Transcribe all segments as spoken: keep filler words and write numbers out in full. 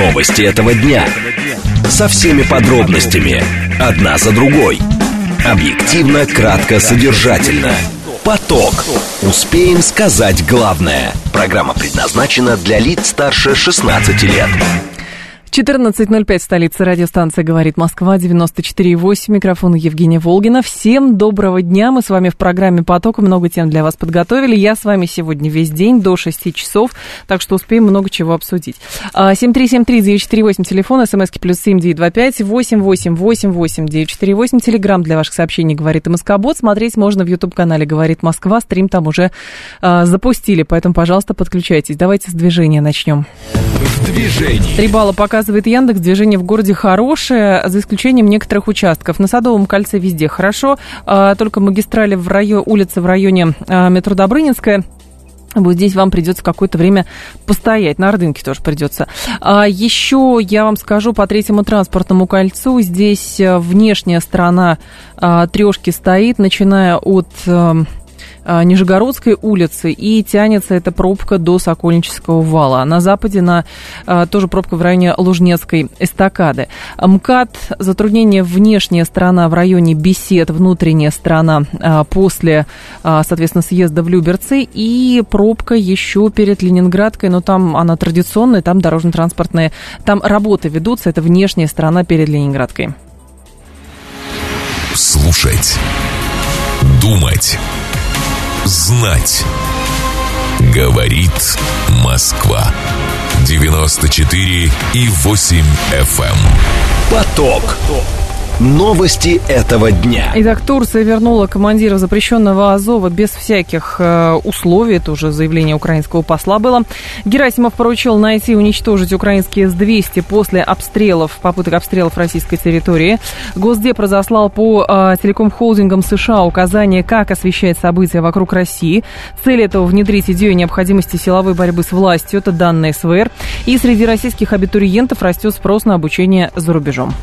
Новости этого дня. Со всеми подробностями. Одна за другой. Объективно, кратко, содержательно. Поток. Успеем сказать главное. Программа предназначена для лиц старше шестнадцати лет. четырнадцать ноль пять, столица, радиостанция «Говорит Москва», девяносто четыре и восемь, микрофон Евгения Волгина. Всем доброго дня, мы с вами в программе «Поток», много тем для вас подготовили. Я с вами сегодня весь день до шести часов, так что успеем много чего обсудить. семь три семь три девять четыре восемь, телефон, смски плюс семь девять два пять восемь восемь восемь восемь девять четыре восемь, телеграмм для ваших сообщений «Говорит МСК-бот». Смотреть можно в ютуб-канале «Говорит Москва», стрим там уже а, запустили, поэтому, пожалуйста, подключайтесь. Давайте с движения начнем. В движении. Три балла показывает Яндекс. Движение в городе хорошее, за исключением некоторых участков. На Садовом кольце везде хорошо, только магистрали в районе, улицы в районе метро Добрынинская. Вот здесь вам придется какое-то время постоять. На Ордынке тоже придется. А еще я вам скажу по Третьему транспортному кольцу. Здесь внешняя сторона а, трешки стоит, начиная от а, Нижегородской улицы, и тянется эта пробка до Сокольнического вала. На западе на, а, тоже пробка в районе Лужнецкой эстакады. МКАД, затруднение внешняя сторона в районе Бесед, внутренняя сторона а, после, а, соответственно, съезда в Люберцы, и пробка еще перед Ленинградкой, но там она традиционная, там дорожно-транспортные, там работы ведутся, это внешняя сторона перед Ленинградкой. Слушать, думать, знать. Говорит Москва. девяносто четыре и восемь эф эм. Поток. Новости этого дня. Итак, Турция вернула командира запрещенного Азова без всяких э, условий. Это уже заявление украинского посла было. Герасимов поручил найти и уничтожить украинские эс двести после обстрелов, попыток обстрелов российской территории. Госдеп разослал по э, телеком-холдингам США указания, как освещать события вокруг России. Цель этого — внедрить идею необходимости силовой борьбы с властью. Это данные эс вэ эр. И среди российских абитуриентов растет спрос на обучение за рубежом.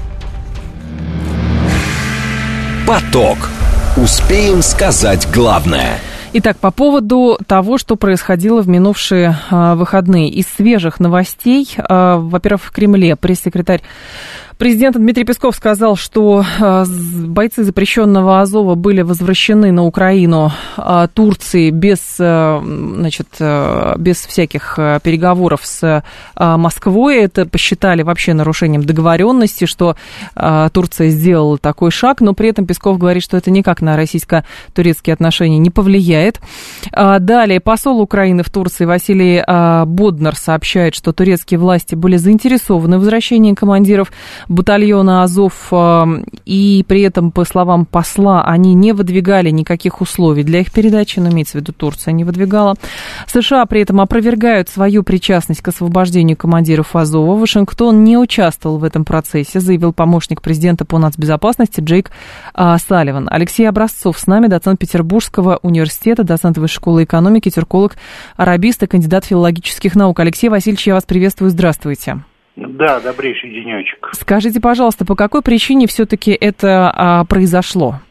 Поток. Успеем сказать главное. Итак, по поводу того, что происходило в минувшие а, выходные. Из свежих новостей, а, во-первых, в Кремле пресс-секретарь президента Дмитрий Песков сказал, что э, бойцы запрещенного Азова были возвращены на Украину э, Турции без, э, значит, э, без всяких э, переговоров с э, Москвой. Это посчитали вообще нарушением договоренности, что э, Турция сделала такой шаг, но при этом Песков говорит, что это никак на российско-турецкие отношения не повлияет. Э, далее, посол Украины в Турции Василий э, Боднар сообщает, что турецкие власти были заинтересованы в возвращении командиров батальона Азов, и при этом, по словам посла, они не выдвигали никаких условий для их передачи, но имеется в виду Турция не выдвигала. США при этом опровергают свою причастность к освобождению командиров Азова. Вашингтон не участвовал в этом процессе, заявил помощник президента по нацбезопасности Джейк а, Салливан. Алексей Образцов с нами, доцент Петербургского университета, доцент Высшей школы экономики, тюрколог, арабист и кандидат филологических наук. Алексей Васильевич, я вас приветствую, здравствуйте. Да, добрейший денечек. Скажите, пожалуйста, по какой причине все-таки это а, произошло?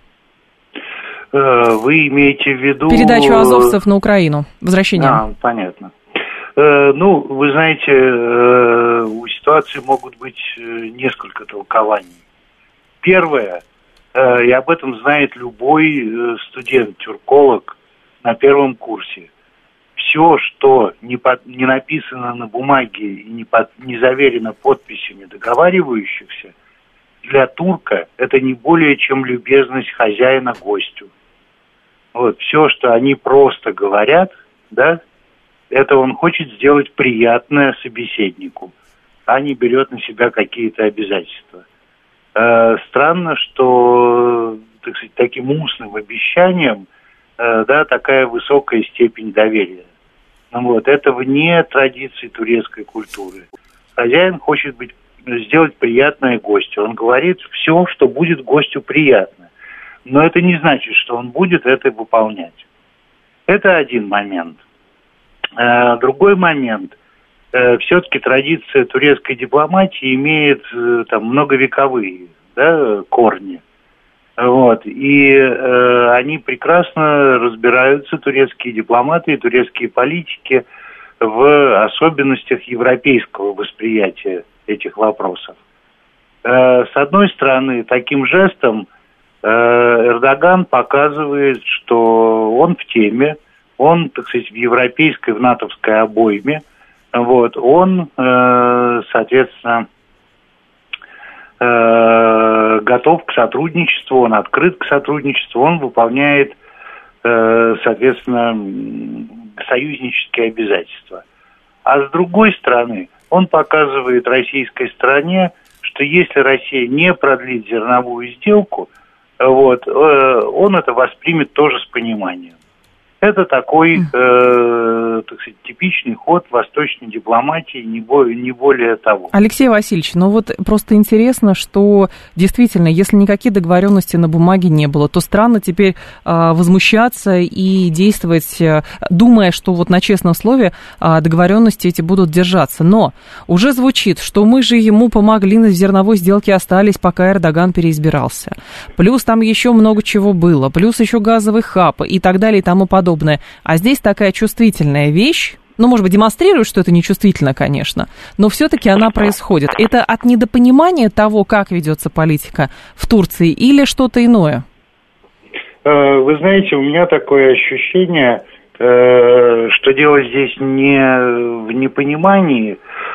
Э, вы имеете в виду... Передачу азовцев на Украину, возвращение. А, понятно. Э, ну, вы знаете, э, у ситуации могут быть несколько толкований. Первое, э, и об этом знает любой студент, тюрколог на первом курсе. Все, что не, под, не написано на бумаге и не, под, не заверено подписями договаривающихся, для турка это не более чем любезность хозяина гостю. Вот, все, что они просто говорят, да, это он хочет сделать приятное собеседнику, а не берет на себя какие-то обязательства. Э, странно, что, так сказать, таким устным обещанием, э, да, такая высокая степень доверия. Вот, это вне традиции турецкой культуры. Хозяин хочет быть, сделать приятное гостю. Он говорит все, что будет гостю приятно. Но это не значит, что он будет это выполнять. Это один момент. Э, другой момент. Э, все-таки традиция турецкой дипломатии имеет э, там многовековые, да, корни. Вот. И э, они прекрасно разбираются, турецкие дипломаты и турецкие политики, в особенностях европейского восприятия этих вопросов. С одной стороны, таким жестом Эрдоган показывает, что он в теме, он, так сказать, в европейской, в натовской обойме, вот, он, соответственно, готов к сотрудничеству, он открыт к сотрудничеству, он выполняет, соответственно, союзнические обязательства. А с другой стороны, он показывает российской стороне, что если Россия не продлит зерновую сделку, вот, он это воспримет тоже с пониманием. Это такой, э, так сказать, типичный ход восточной дипломатии, не более, не более того. Алексей Васильевич, ну вот просто интересно, что действительно, если никаких договоренностей на бумаге не было, то странно теперь э, возмущаться и действовать, э, думая, что вот на честном слове э, договоренности эти будут держаться. Но уже звучит, что мы же ему помогли, на зерновой сделке остались, пока Эрдоган переизбирался. Плюс там еще много чего было, плюс еще газовый хаб и так далее и тому подобное. А здесь такая чувствительная вещь, ну, может быть, демонстрирует, что это нечувствительно, конечно, но все-таки она происходит. Это от недопонимания того, как ведется политика в Турции, или что-то иное? Вы знаете, у меня такое ощущение, что дело здесь не в непонимании,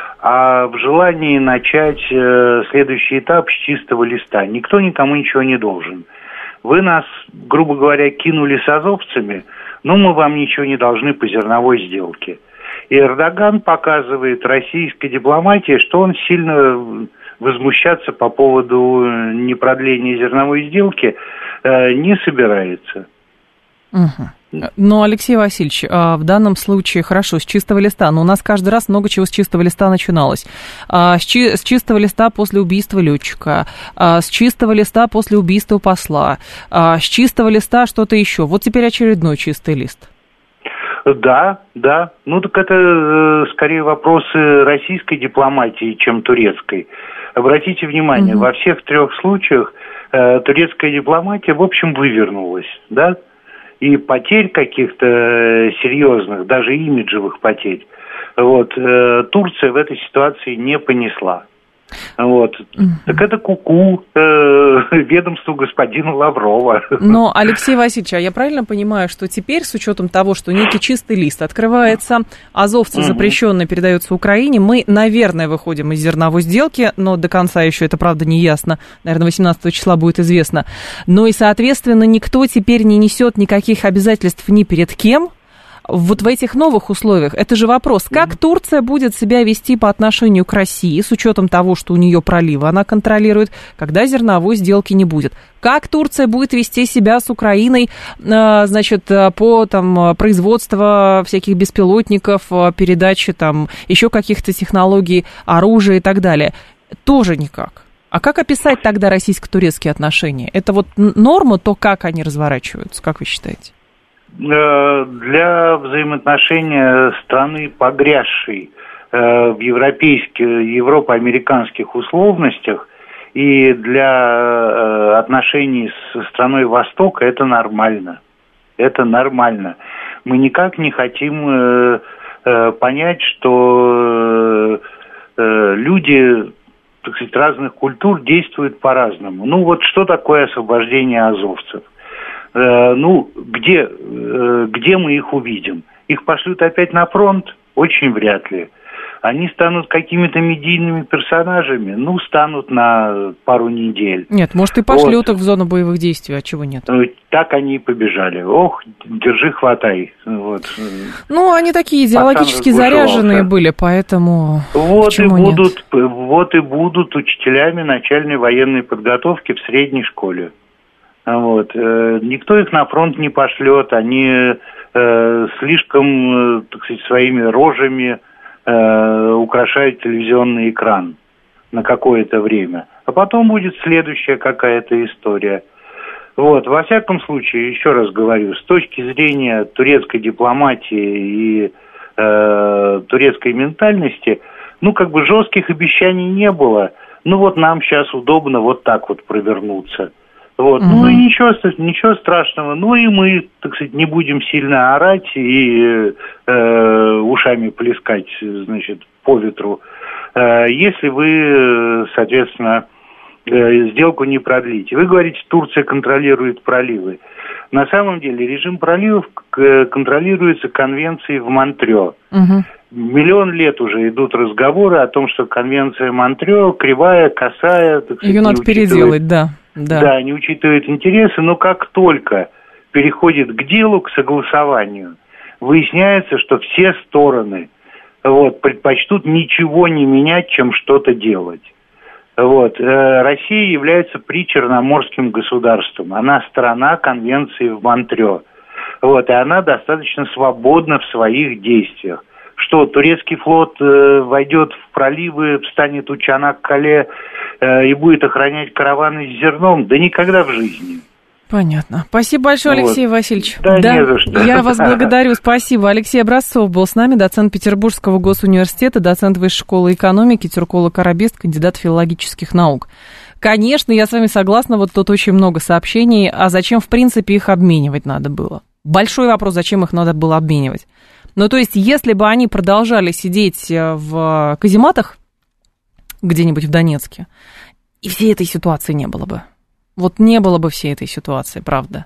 а в желании начать следующий этап с чистого листа. Никто никому ничего не должен. Вы нас, грубо говоря, кинули с азовцами, но мы вам ничего не должны по зерновой сделке. И Эрдоган показывает российской дипломатии, что он сильно возмущаться по поводу непродления зерновой сделки э, не собирается. Угу. Но, Алексей Васильевич, в данном случае, хорошо, с чистого листа, но у нас каждый раз много чего с чистого листа начиналось. С, чи- с чистого листа после убийства летчика, с чистого листа после убийства посла, с чистого листа что-то еще. Вот теперь очередной чистый лист. Да, да. Ну, так это скорее вопросы российской дипломатии, чем турецкой. Обратите внимание, угу. во всех трех случаях э, турецкая дипломатия, в общем, вывернулась, да? И потерь каких-то серьезных, даже имиджевых потерь, вот, э, Турция в этой ситуации не понесла. Вот. Mm-hmm. Так это ку-ку э, ведомству господина Лаврова. Но, Алексей Васильевич, а я правильно понимаю, что теперь, с учетом того, что некий чистый лист открывается, азовцы mm-hmm. запрещенные передаются Украине, мы, наверное, выходим из зерновой сделки, но до конца еще это, правда, не ясно. Наверное, восемнадцатого числа будет известно. Но и, соответственно, никто теперь не несет никаких обязательств ни перед кем. Вот в этих новых условиях, это же вопрос, как Турция будет себя вести по отношению к России, с учетом того, что у нее проливы она контролирует, когда зерновой сделки не будет. Как Турция будет вести себя с Украиной, значит, по там, производству всяких беспилотников, передаче там, еще каких-то технологий, оружия и так далее. Тоже никак. А как описать тогда российско-турецкие отношения? Это вот норма, то, как они разворачиваются, как вы считаете? Для взаимоотношения страны, погрязшей в европейских, европо-американских условностях, и для отношений с страной Востока это нормально. Это нормально. Мы никак не хотим понять, что люди, так сказать, разных культур действуют по-разному. Ну вот что такое освобождение азовцев? Ну, где, где мы их увидим? Их пошлют опять на фронт? Очень вряд ли. Они станут какими-то медийными персонажами? Ну, станут на пару недель. Нет, может, и пошлют вот. Их в зону боевых действий, а чего нет? Так они и побежали. Ох, держи, хватай. Вот. Ну, они такие идеологически заряженные были, поэтому... Вот и, будут, вот и будут учителями начальной военной подготовки в средней школе. Вот. Никто их на фронт не пошлет, они э, слишком, э, так сказать, своими рожами э, украшают телевизионный экран на какое-то время. А потом будет следующая какая-то история. Вот. Во всяком случае, еще раз говорю, с точки зрения турецкой дипломатии и э, турецкой ментальности, ну, как бы жестких обещаний не было. Ну, вот нам сейчас удобно вот так вот провернуться. Вот. Угу. Ну и ничего, ничего страшного. Ну и мы, так сказать, не будем сильно орать и э, ушами плескать, значит, по ветру. Э, если вы, соответственно, э, сделку не продлите. Вы говорите, Турция контролирует проливы. На самом деле режим проливов контролируется конвенцией в Монтрео. Угу. Миллион лет уже идут разговоры о том, что конвенция Монтрео кривая, косая. Так сказать, ее надо переделать, да. Да. Да, не учитывает интересы, но как только переходит к делу, к согласованию, выясняется, что все стороны вот, предпочтут ничего не менять, чем что-то делать. Вот. Россия является причерноморским государством. Она страна конвенции в Монтрео. Вот. И она достаточно свободна в своих действиях. Что турецкий флот э, войдет в проливы, встанет у Чанак-Кале э, и будет охранять караваны с зерном? Да никогда в жизни. Понятно. Спасибо большое, Алексей вот. Васильевич. Да, да, не за что. Я вас благодарю. Спасибо. Алексей Образцов был с нами, доцент Петербургского госуниверситета, доцент Высшей школы экономики, тюрколог-арабист, кандидат филологических наук. Конечно, я с вами согласна, вот тут очень много сообщений, а зачем, в принципе, их обменивать надо было? Большой вопрос, зачем их надо было обменивать? Ну, то есть, если бы они продолжали сидеть в казематах где-нибудь в Донецке, и всей этой ситуации не было бы. Вот не было бы всей этой ситуации, правда.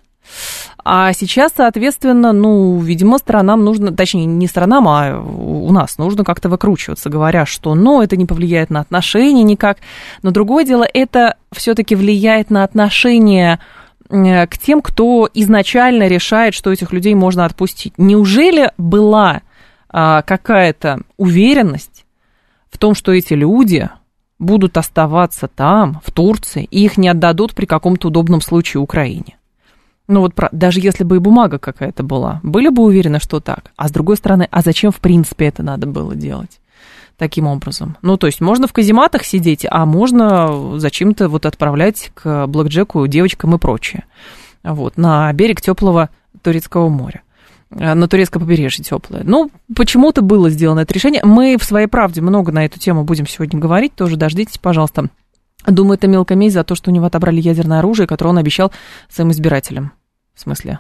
А сейчас, соответственно, ну, видимо, сторонам нужно, точнее, не сторонам, а у нас нужно как-то выкручиваться, говоря, что, ну, это не повлияет на отношения никак. Но другое дело, это все-таки влияет на отношения к тем, кто изначально решает, что этих людей можно отпустить. Неужели была а, какая-то уверенность в том, что эти люди будут оставаться там, в Турции, и их не отдадут при каком-то удобном случае Украине? Ну вот даже если бы и бумага какая-то была, были бы уверены, что так. А с другой стороны, а зачем в принципе это надо было делать? Таким образом. Ну, то есть можно в казематах сидеть, а можно зачем-то вот отправлять к блэкджеку девочкам и прочее. Вот, на берег теплого Турецкого моря. На турецкое побережье теплое. Ну, почему-то было сделано это решение. Мы в своей правде много на эту тему будем сегодня говорить. Тоже дождитесь, пожалуйста. Думаю, это мелкая месть за то, что у него отобрали ядерное оружие, которое он обещал своим избирателям. В смысле?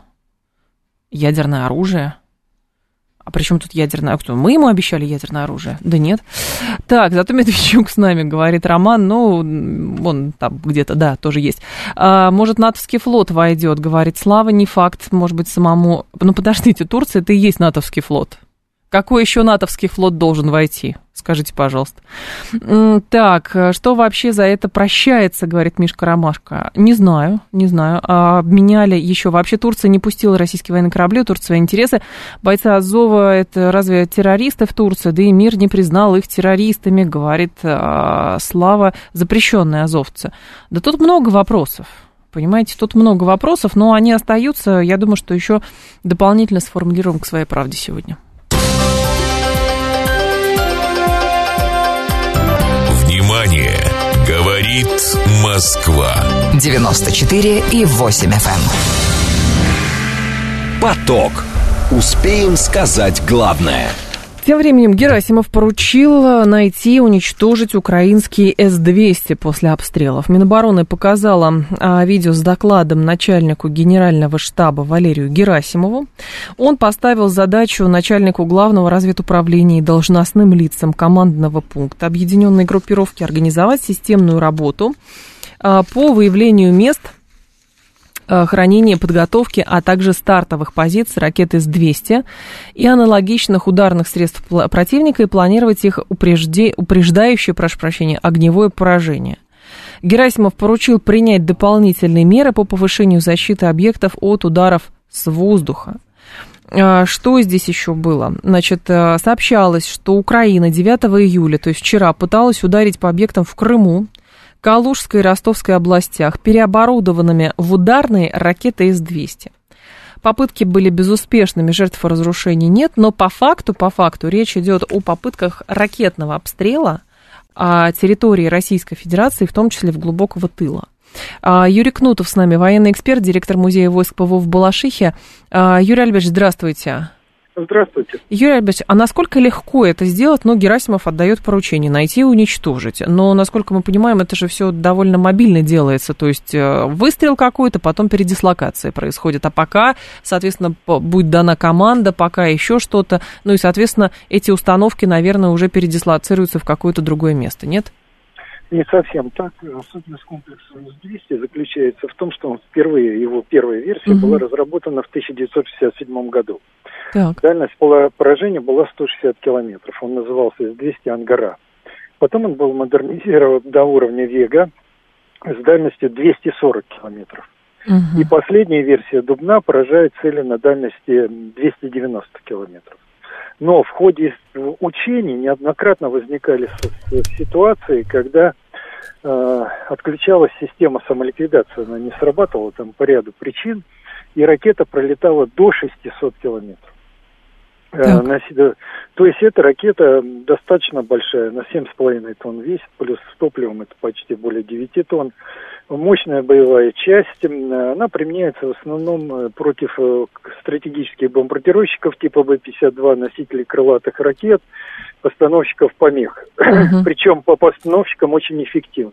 Ядерное оружие? А при чем тут ядерное оружие? Мы ему обещали ядерное оружие? Да нет. Так, зато Медведчук с нами, говорит Роман. Ну, он там где-то, да, тоже есть. А, может, натовский флот войдет, говорит Слава. Не факт, может быть, самому... Ну, подождите, Турция, это и есть натовский флот. Какой еще натовский флот должен войти? Скажите, пожалуйста. Так, что вообще за это прощается, говорит Мишка Ромашка? Не знаю, не знаю. Обменяли еще. Вообще Турция не пустила российские военные корабли, у Турции свои интересы. Бойцы Азова — это разве террористы в Турции? Да и мир не признал их террористами, говорит Слава, запрещенные азовцы. Да тут много вопросов. Понимаете, тут много вопросов, но они остаются. Я думаю, что еще дополнительно сформулируем к своей правде сегодня. Внимание! Говорит Москва. девяносто четыре и восемь эф эм. Поток. Успеем сказать главное. Тем временем Герасимов поручил найти и уничтожить украинские эс двести после обстрелов. Минобороны показала а, видео с докладом начальнику генерального штаба Валерию Герасимову. Он поставил задачу начальнику главного разведуправления и должностным лицам командного пункта объединенной группировки организовать системную работу а, по выявлению мест хранения, подготовки, а также стартовых позиций ракет эс двести и аналогичных ударных средств противника и планировать их упрежде... упреждающее, прошу прощения, огневое поражение. Герасимов поручил принять дополнительные меры по повышению защиты объектов от ударов с воздуха. Что здесь еще было? Значит, сообщалось, что Украина девятого июля, то есть вчера, пыталась ударить по объектам в Крыму, Калужской и Ростовской областях, переоборудованными в ударные ракеты эс двести. Попытки были безуспешными, жертв и разрушений нет, но по факту, по факту речь идет о попытках ракетного обстрела территории Российской Федерации, в том числе в глубокого тыла. Юрий Кнутов с нами, военный эксперт, директор музея войск ПВО в Балашихе. Юрий Альбертович, здравствуйте. Здравствуйте. Юрий Альбертович, а насколько легко это сделать? Ну, Герасимов отдает поручение найти и уничтожить. Но, насколько мы понимаем, это же все довольно мобильно делается. То есть выстрел какой-то, потом передислокация происходит. А пока, соответственно, будет дана команда, пока еще что-то. Ну и, соответственно, эти установки, наверное, уже передислоцируются в какое-то другое место, нет? Не совсем так. Особенность комплекса эс двести заключается в том, что он впервые, его первая версия угу. была разработана в тысяча девятьсот шестьдесят седьмом году. Так. Дальность поражения была сто шестьдесят километров. Он назывался эс двести «Ангара». Потом он был модернизирован до уровня «Вега» с дальностью двести сорок километров. Угу. И последняя версия «Дубна» поражает цели на дальности двести девяносто километров. Но в ходе учений неоднократно возникали ситуации, когда э, отключалась система самоликвидации, она не срабатывала там по ряду причин, и ракета пролетала до шестисот километров. Э, на, то есть эта ракета достаточно большая, на семь с половиной тонн весит, плюс с топливом это почти более девяти тонн. Мощная боевая часть, она применяется в основном против стратегических бомбардировщиков типа Бэ пятьдесят два, носителей крылатых ракет, постановщиков помех. Uh-huh. Причем по постановщикам очень эффективно.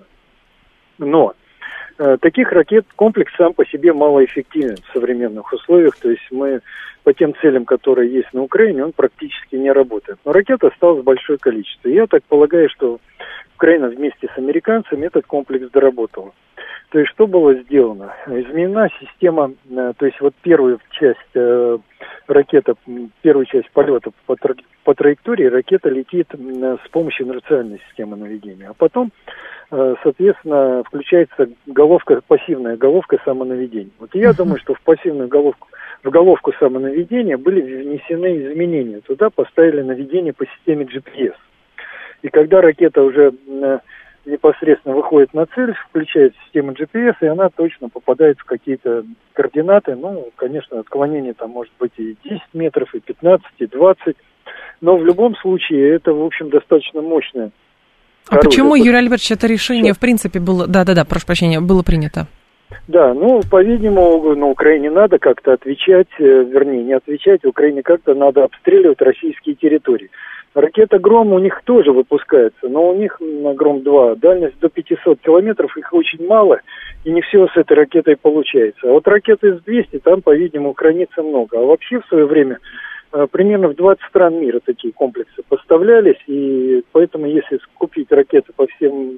Но э, таких ракет комплекс сам по себе малоэффективен в современных условиях. То есть мы по тем целям, которые есть на Украине, он практически не работает. Но ракет осталось большое количество. И я так полагаю, что Украина вместе с американцами этот комплекс доработала. То есть что было сделано? Изменена система, то есть вот первую часть э, ракета, первую часть полета по, тра- по траектории ракета летит с помощью инерциальной системы наведения. А потом, э, соответственно, включается головка, пассивная головка самонаведения. Вот я думаю, что в пассивную головку, в головку самонаведения были внесены изменения. Туда поставили наведение по системе джи пи эс. И когда ракета уже э, непосредственно выходит на цель, включает систему джи пи эс, и она точно попадает в какие-то координаты. Ну, конечно, отклонение там может быть и десять метров, и пятнадцать, и двадцать. Но в любом случае это, в общем, достаточно мощное А оружие. Почему, Юрий Альбертович, это решение, Все. в принципе, было... Да-да-да, прошу прощения, было принято? Да, ну, по-видимому, на Украине надо как-то отвечать, вернее, не отвечать, Украине как-то надо обстреливать российские территории. Ракета «Гром» у них тоже выпускается, но у них на «Гром-два» дальность до пятисот километров, их очень мало, и не все с этой ракетой получается. А вот ракеты эс двести, там, по-видимому, хранится много. А вообще в свое время примерно в двадцать стран мира такие комплексы поставлялись, и поэтому если купить ракеты по всем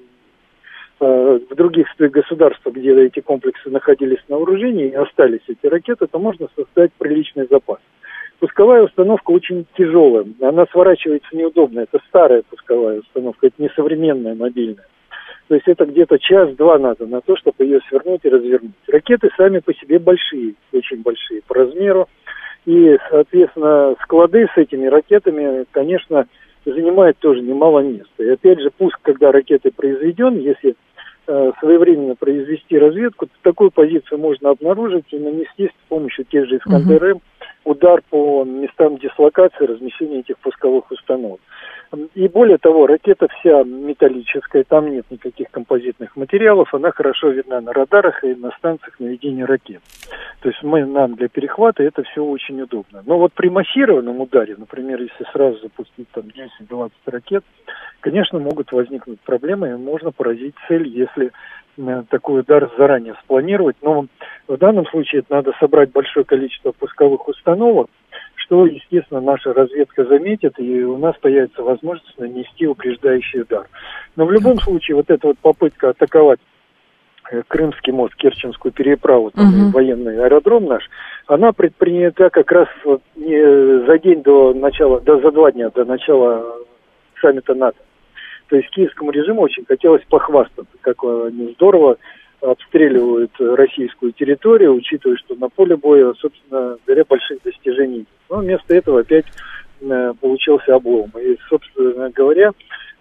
в других государствах, где эти комплексы находились на вооружении и остались эти ракеты, то можно создать приличный запас. Пусковая установка очень тяжелая, она сворачивается неудобно, это старая пусковая установка, это не современная мобильная. То есть это где-то час-два надо на то, чтобы ее свернуть и развернуть. Ракеты сами по себе большие, очень большие по размеру, и, соответственно, склады с этими ракетами, конечно, занимают тоже немало места. И опять же, пуск, когда ракеты произведен, если э, своевременно произвести разведку, то такую позицию можно обнаружить и нанести с помощью тех же «Искандер-М» удар по местам дислокации, размещения этих пусковых установок. И более того, ракета вся металлическая, там нет никаких композитных материалов, она хорошо видна на радарах и на станциях наведения ракет. То есть мы, нам для перехвата это все очень удобно. Но вот при массированном ударе, например, если сразу запустить там десять-двадцать ракет, конечно, могут возникнуть проблемы, и можно поразить цель, если такой удар заранее спланировать. Но в данном случае это надо собрать большое количество пусковых установок, что, естественно, наша разведка заметит, и у нас появится возможность нанести упреждающий удар. Но в любом случае вот эта вот попытка атаковать Крымский мост, Керченскую переправу, там, uh-huh. военный аэродром наш, она предпринята как раз вот не за день до начала, да за два дня до начала саммита НАТО. То есть киевскому режиму очень хотелось похвастаться, как они здорово обстреливают российскую территорию, учитывая, что на поле боя, собственно говоря, больших достижений. Но вместо этого опять э, получился облом. И, собственно говоря,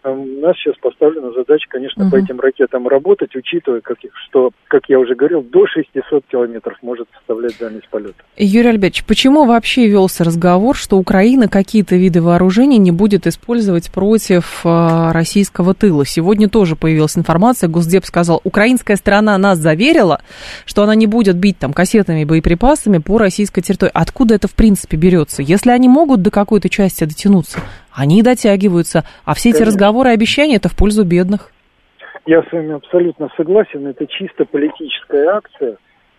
у нас сейчас поставлена задача, конечно, uh-huh. по этим ракетам работать, учитывая, как, что, как я уже говорил, до шестьсот километров может составлять дальность полета. Юрий Альбертович, почему вообще велся разговор, что Украина какие-то виды вооружений не будет использовать против э, российского тыла? Сегодня тоже появилась информация, Госдеп сказал, украинская сторона нас заверила, что она не будет бить там кассетами и боеприпасами по российской территории. Откуда это в принципе берется? Если они могут до какой-то части дотянуться, они дотягиваются, а все эти Конечно. разговоры и обещания – это в пользу бедных. Я с вами абсолютно согласен, это чисто политическая акция,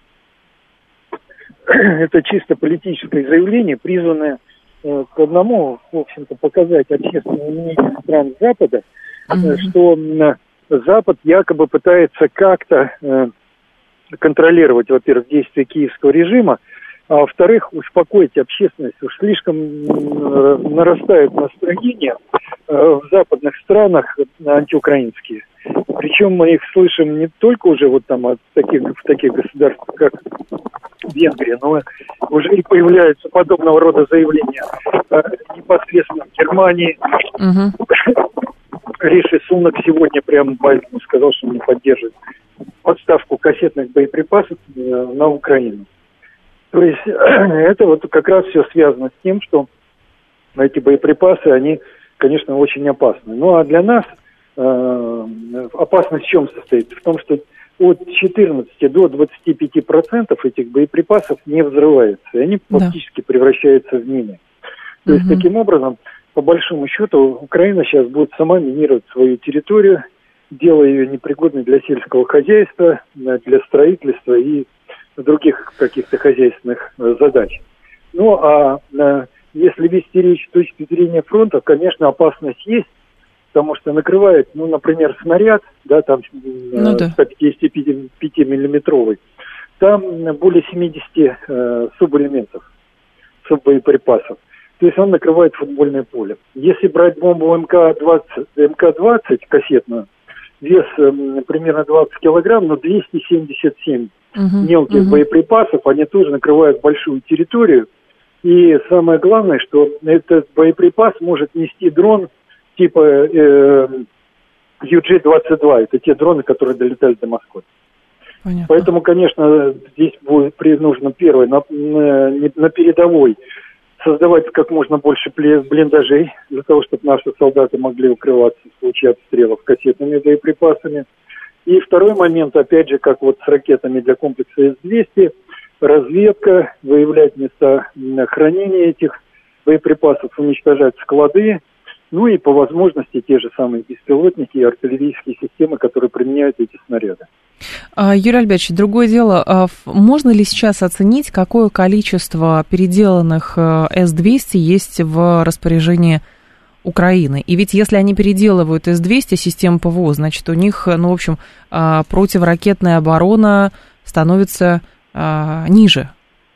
это чисто политическое заявление, призванное э, к одному, в общем-то, показать общественному мнению стран Запада, uh-huh. что э, Запад якобы пытается как-то э, контролировать, во-первых, действия киевского режима, а во-вторых, успокоить общественность. Уж слишком э, нарастает настроение э, в западных странах антиукраинские. Причем мы их слышим не только уже вот там от таких, в таких государствах, как Венгрия, но уже и появляются подобного рода заявления э, непосредственно в Германии. Uh-huh. Риши Сунак сегодня прямо Байдену сказал, что не поддержит подставку кассетных боеприпасов э, на Украину. То есть это вот как раз все связано с тем, что эти боеприпасы, они, конечно, очень опасны. Ну а для нас э, опасность в чем состоит? В том, что от четырнадцати до двадцати пяти процентов этих боеприпасов не взрываются, и они да. фактически превращаются в мины. То угу. есть таким образом, по большому счету, Украина сейчас будет сама минировать свою территорию, делая ее непригодной для сельского хозяйства, для строительства и других каких-то хозяйственных э, задач. Ну, а э, если вести речь с точки зрения фронта, конечно, опасность есть, потому что накрывает, ну, например, снаряд, да, там э, ну, да. сто пятьдесят пять миллиметровый, там более семидесяти э, субэлементов, суббоеприпасов. То есть он накрывает футбольное поле. Если брать бомбу эм ка двадцать кассетную, вес э, примерно двадцать килограмм, но двести семьдесят семь uh-huh, мелких uh-huh. боеприпасов, они тоже накрывают большую территорию. И самое главное, что этот боеприпас может нести дрон типа э, ю джи двадцать два. Это те дроны, которые долетают до Москвы. Понятно. Поэтому, конечно, здесь будет нужно первое, на, на, на передовой создавать как можно больше блиндажей, для того, чтобы наши солдаты могли укрываться в случае обстрелов кассетными боеприпасами. И второй момент, опять же, как вот с ракетами для комплекса эс двести, разведка, выявлять места хранения этих боеприпасов, уничтожать склады, ну и по возможности те же самые беспилотники и артиллерийские системы, которые применяют эти снаряды. Юрий Альбертович, другое дело, можно ли сейчас оценить, какое количество переделанных эс двести есть в распоряжении Украины? И ведь если они переделывают эс двести систему ПВО, значит, у них, ну, в общем, противоракетная оборона становится ниже.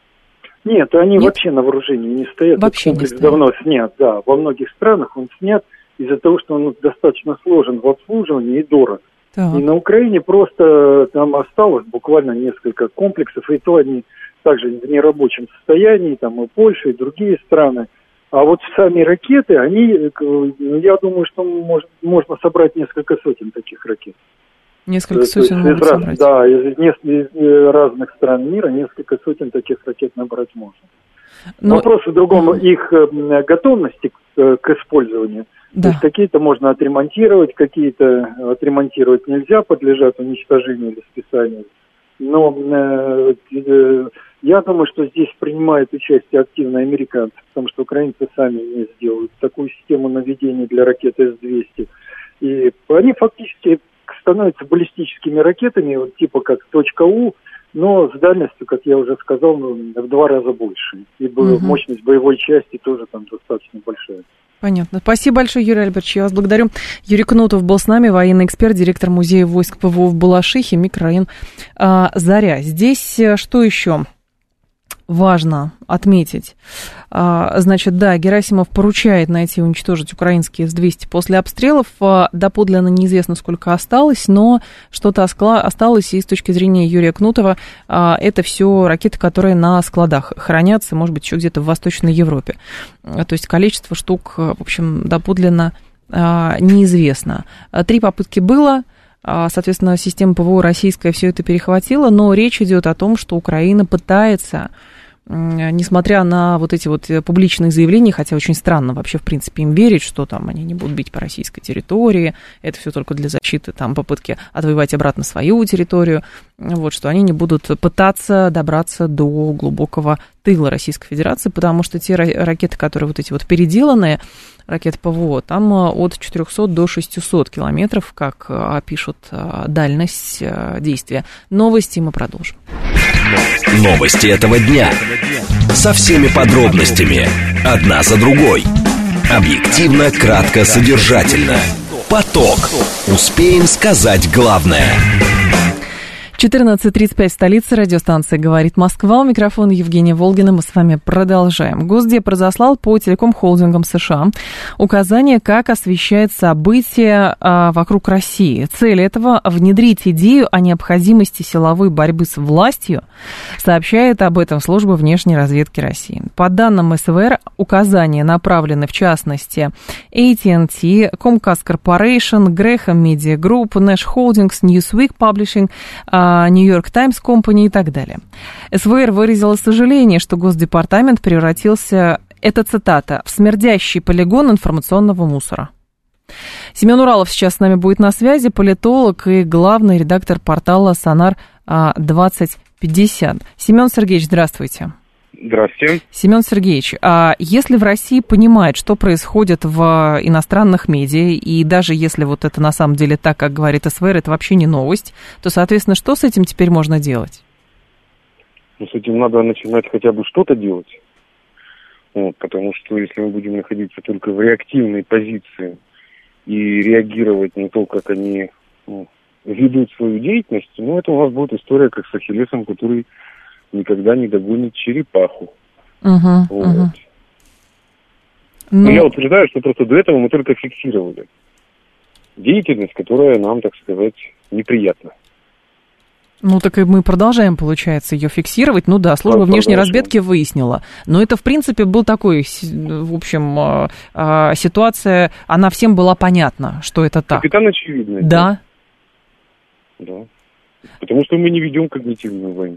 Нет, они Нет? вообще на вооружении не стоят. Вообще не стоят. Давно снят, да. Во многих странах он снят из-за того, что он достаточно сложен в обслуживании и дорог. Так. И на Украине просто там осталось буквально несколько комплексов, и то они также в нерабочем состоянии, там и Польша, и другие страны. А вот сами ракеты, они, я думаю, что может, можно собрать несколько сотен таких ракет. Несколько сотен из, могут раз, собрать. Да, из, из, из разных стран мира несколько сотен таких ракет набрать можно. Но... Вопрос в другом, их готовности к, к использованию. Да. То есть какие-то можно отремонтировать, какие-то отремонтировать нельзя, подлежат уничтожению или списанию. Но э, э, я думаю, что здесь принимают участие активно американцы, потому что украинцы сами не сделают такую систему наведения для ракет эс двести. И они фактически становятся баллистическими ракетами, вот, типа как .У, но с дальностью, как я уже сказал, ну, в два раза больше. И угу. мощность боевой части тоже там достаточно большая. Понятно. Спасибо большое, Юрий Альбертович. Я вас благодарю. Юрий Кнутов был с нами, военный эксперт, директор музея войск ПВО в Балашихе, микрорайон а, Заря. Здесь что еще важно отметить? А, значит, да, Герасимов поручает найти и уничтожить украинские эс двести после обстрелов. А, доподлинно неизвестно, сколько осталось, но что-то осталось, и с точки зрения Юрия Кнутова, а, это все ракеты, которые на складах хранятся, может быть, еще где-то в Восточной Европе. А, то есть количество штук, в общем, доподлинно неизвестно. Три попытки было. Соответственно, система ПВО российская все это перехватила, но речь идет о том, что Украина пытается, несмотря на вот эти вот публичные заявления, хотя очень странно вообще, в принципе, им верить, что там они не будут бить по российской территории, это все только для защиты, там, попытки отвоевать обратно свою территорию, вот, что они не будут пытаться добраться до глубокого тыла Российской Федерации, потому что те ракеты, которые вот эти вот переделанные, ракеты ПВО, там от четырехсот до шестисот километров, как пишут, дальность действия. Новости мы продолжим. Новости этого дня. Со всеми подробностями. Одна за другой. Объективно, кратко, содержательно. Поток. Успеем сказать главное. четырнадцать тридцать пять, столица, радиостанция «Говорит Москва». У микрофона Евгения Волгина. Мы с вами продолжаем. Госдеп разослал по телеком-холдингам США указания, как освещать события а, вокруг России. Цель этого – внедрить идею о необходимости силовой борьбы с властью, сообщает об этом служба внешней разведки России. По данным СВР, указания направлены, в частности, эй ти энд ти, Comcast Corporation, Graham Media Group, Nash Holdings, Newsweek Publishing, Нью-Йорк Таймс Компани и так далее. СВР выразила сожаление, что Госдепартамент превратился, это цитата, в смердящий полигон информационного мусора. Семен Уралов сейчас с нами будет на связи, политолог и главный редактор портала Сонар двадцать пятьдесят. Семен Сергеевич, здравствуйте. Здравствуйте. Семен Сергеевич, а если в России понимает, что происходит в иностранных медиа, и даже если вот это на самом деле так, как говорит СВР, это вообще не новость, то, соответственно, что с этим теперь можно делать? Ну, с этим надо начинать хотя бы что-то делать. Вот, потому что если мы будем находиться только в реактивной позиции и реагировать на то, как они ну, ведут свою деятельность, ну, это у нас будет история как с Ахиллесом, который никогда не догонит черепаху. Uh-huh, вот. uh-huh. Но ну... я утверждаю, что просто до этого мы только фиксировали деятельность, которая нам, так сказать, неприятна. Ну, так и мы продолжаем, получается, ее фиксировать. Ну да, служба внешней разведки выяснила. Но это, в принципе, был такой, в общем, ситуация, она всем была понятна, что это так. Капитан очевидный. Да. Да. Потому что мы не ведем когнитивную войну.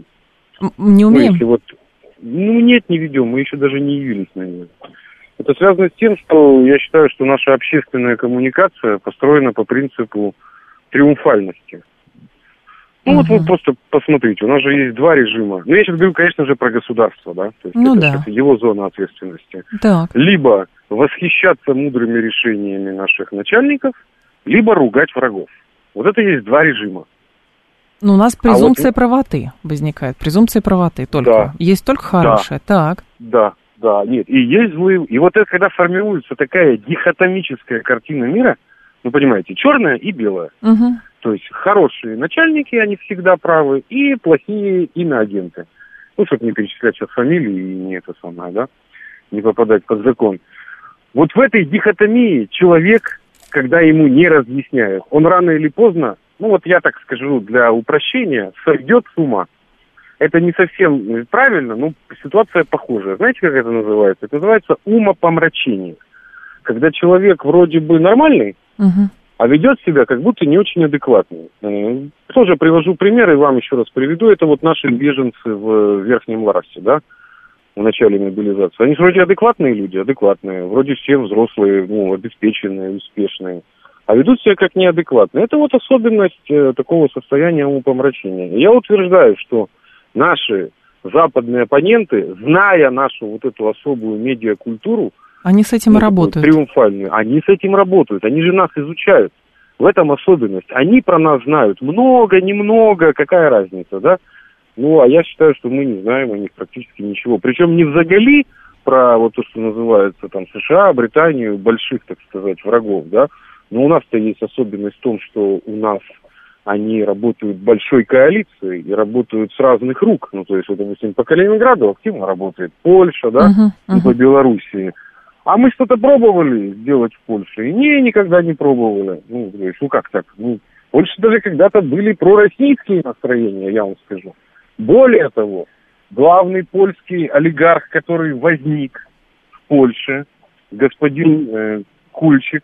Не умеем? Ну, если вот, ну, нет, не ведем, мы еще даже не явились на нее. Это связано с тем, что я считаю, что наша общественная коммуникация построена по принципу триумфальности. Ну, uh-huh. вот вы просто посмотрите, у нас же есть два режима. Ну, я сейчас говорю, конечно же, про государство, да? То есть ну, это, да. это его зона ответственности. Так. Либо восхищаться мудрыми решениями наших начальников, либо ругать врагов. Вот это есть два режима. Ну, у нас презумпция а вот... правоты возникает. Презумпция правоты только. Да. Есть только хорошее. Да. Так. Да, да, нет. И есть злые. И вот это, когда формируется такая дихотомическая картина мира, ну, понимаете, черное и белое. Угу. То есть хорошие начальники, они всегда правы, и плохие иноагенты. Ну, чтобы не перечислять сейчас фамилии и не это самое, да, не попадать под закон. Вот в этой дихотомии человек, когда ему не разъясняют, он рано или поздно, ну вот я так скажу для упрощения, сойдет с ума. Это не совсем правильно, но ситуация похожая. Знаете, как это называется? Это называется умопомрачение. Когда человек вроде бы нормальный, угу. а ведет себя как будто не очень адекватный. Тоже привожу пример и вам еще раз приведу. Это вот наши беженцы в Верхнем Ларсе, да, в начале мобилизации. Они же вроде адекватные люди, адекватные, вроде все взрослые, ну, обеспеченные, успешные. А ведут себя как неадекватные. Это вот особенность э, такого состояния умопомрачения. Я утверждаю, что наши западные оппоненты, зная нашу вот эту особую медиакультуру, они с этим ну, и работают. Триумфальную, они с этим работают, они же нас изучают. В этом особенность. Они про нас знают много, немного, какая разница, да? Ну, а я считаю, что мы не знаем о них практически ничего. Причем не взаgali про вот то, что называется там США, Британию, больших, так сказать, врагов, да? Но у нас-то есть особенность в том, что у нас они работают большой коалицией и работают с разных рук. Ну, то есть, вот, допустим, по Калининграду активно работает Польша, да, uh-huh, uh-huh. и по Белоруссии. А мы что-то пробовали сделать в Польше? И не, никогда не пробовали. Ну, то есть, ну как так? Ну, в Польше даже когда-то были пророссийские настроения, я вам скажу. Более того, главный польский олигарх, который возник в Польше, господин э, Кульчик,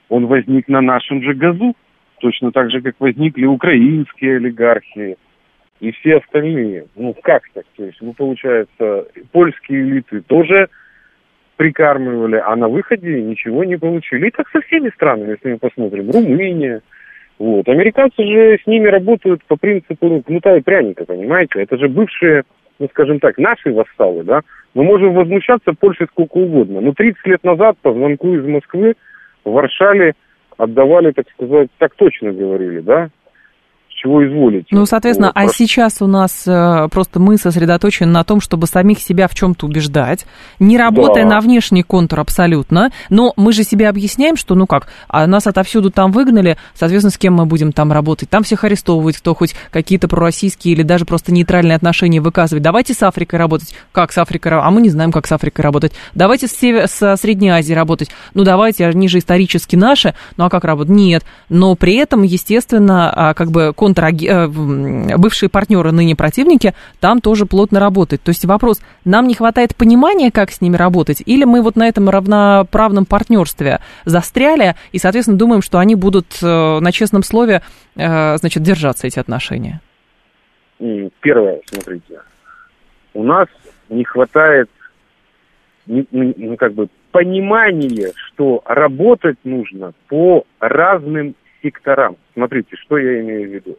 он возник на нашем же газу, точно так же, как возникли украинские олигархи и все остальные. Ну, как так? То есть, ну, получается, польские элиты тоже прикармливали, а на выходе ничего не получили. И так со всеми странами, если мы посмотрим. Румыния. Вот. Американцы же с ними работают по принципу ну, кнута и пряника, понимаете? Это же бывшие, ну, скажем так, наши вассалы, да? Мы можем возмущаться Польше сколько угодно. Но тридцать лет назад по звонку из Москвы в Варшаве отдавали, так сказать, так точно говорили, да? Чего изволите. Ну, соответственно, вот, а просто... сейчас у нас э, просто мы сосредоточены на том, чтобы самих себя в чем-то убеждать, не работая да. на внешний контур абсолютно, но мы же себе объясняем, что, ну как, а нас отовсюду там выгнали, соответственно, с кем мы будем там работать? Там всех арестовывать, кто хоть какие-то пророссийские или даже просто нейтральные отношения выказывает. Давайте с Африкой работать. Как с Африкой? А мы не знаем, как с Африкой работать. Давайте с, Север... с Средней Азией работать. Ну, давайте, они же исторически наши. Ну, а как работать? Нет. Но при этом, естественно, как бы бывшие партнеры, ныне противники, там тоже плотно работают. То есть вопрос, нам не хватает понимания, как с ними работать, или мы вот на этом равноправном партнерстве застряли и, соответственно, думаем, что они будут на честном слове, значит, держаться, эти отношения? Первое, смотрите, у нас не хватает ну, как бы понимания, что работать нужно по разным секторам. Смотрите, что я имею в виду.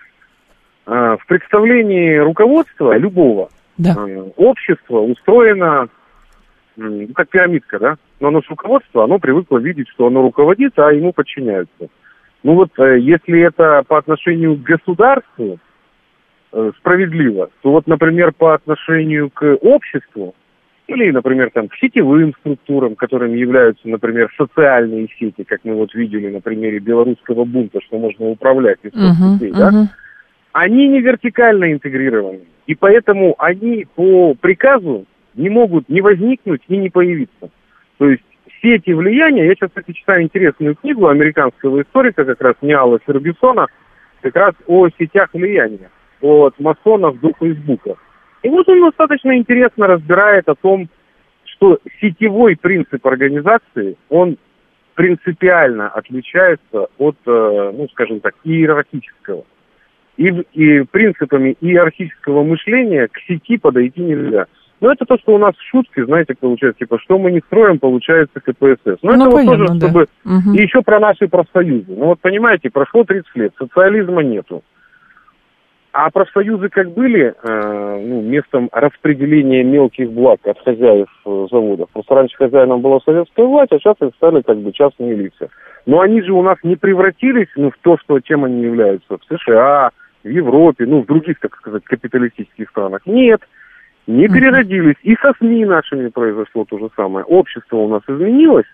В представлении руководства любого да. общества устроено, ну, как пирамидка, да? Но оно с руководства, оно привыкло видеть, что оно руководит, а ему подчиняются. Ну вот, если это по отношению к государству справедливо, то вот, например, по отношению к обществу, или, например, там, к сетевым структурам, которыми являются, например, социальные сети, как мы вот видели на примере белорусского бунта, что можно управлять из соцсетей, uh-huh, да, uh-huh. они не вертикально интегрированы. И поэтому они по приказу не могут ни возникнуть и не появиться. То есть сети влияния, я сейчас, кстати, читаю интересную книгу американского историка, как раз Ниала Фергюсона, как раз о сетях влияния, от масонов до Фейсбука. И вот он достаточно интересно разбирает о том, что сетевой принцип организации, он принципиально отличается от, ну, скажем так, иерархического. И, и принципами иерархического мышления к сети подойти нельзя. Но это то, что у нас в шутке, знаете, получается, типа, что мы не строим, получается ка пэ эс эс. Но ну, это понятно, вот тоже, да. чтобы... Угу. И еще про наши профсоюзы. Ну вот, понимаете, прошло тридцать лет, социализма нету. А профсоюзы как были э, ну, местом распределения мелких благ от хозяев э, заводов. Просто раньше хозяином была советская власть, а сейчас их стали как бы частные лица. Но они же у нас не превратились ну, в то, что, чем они являются в США, в Европе, ну в других, так сказать, капиталистических странах. Нет, не переродились. И со СМИ нашими произошло то же самое. Общество у нас изменилось.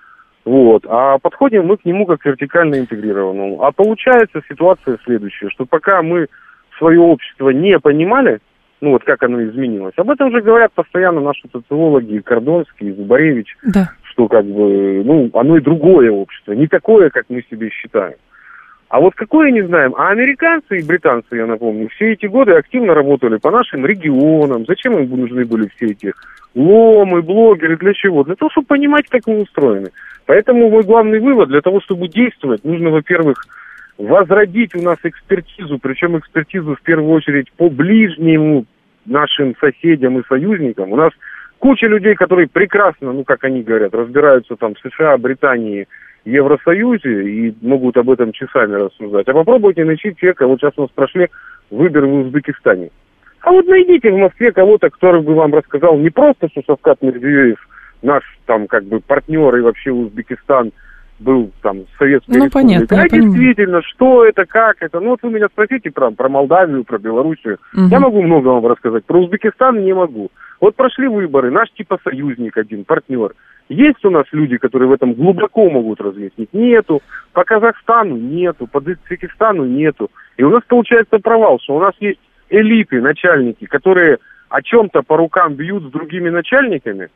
Вот, а подходим мы к нему как вертикально интегрированному. А получается ситуация следующая, что пока мы свое общество не понимали, ну вот как оно изменилось, об этом же говорят постоянно наши социологи, Кордонский, и Зубаревич, да. что как бы, ну, оно и другое общество, не такое, как мы себе считаем. А вот какое не знаем. А американцы и британцы, я напомню, все эти годы активно работали по нашим регионам. Зачем им нужны были все эти ломы, блогеры, для чего? Для того, чтобы понимать, как мы устроены. Поэтому мой главный вывод, для того, чтобы действовать, нужно, во-первых, возродить у нас экспертизу, причем экспертизу в первую очередь по ближнему нашим соседям и союзникам. У нас куча людей, которые прекрасно, ну, как они говорят, разбираются там в США, Британии, Евросоюзе и могут об этом часами рассуждать. А попробуйте найти человека, вот сейчас у нас прошли выборы в Узбекистане. А вот найдите в Москве кого-то, который бы вам рассказал не просто, что Шавкат Мирзиёев, наш там как бы партнер и вообще Узбекистан был там Советской ну, Республикой. Понятно, а действительно, что это, как это. Ну вот вы меня спросите про, про Молдавию, про Белоруссию. Угу. Я могу много вам рассказать. Про Узбекистан не могу. Вот прошли выборы, наш типа союзник один, партнер. Есть у нас люди, которые в этом глубоко могут разъяснить? Нету. По Казахстану нету, по Таджикистану нету. И у нас получается провал, что у нас есть элиты, начальники, которые о чем-то по рукам бьют с другими начальниками.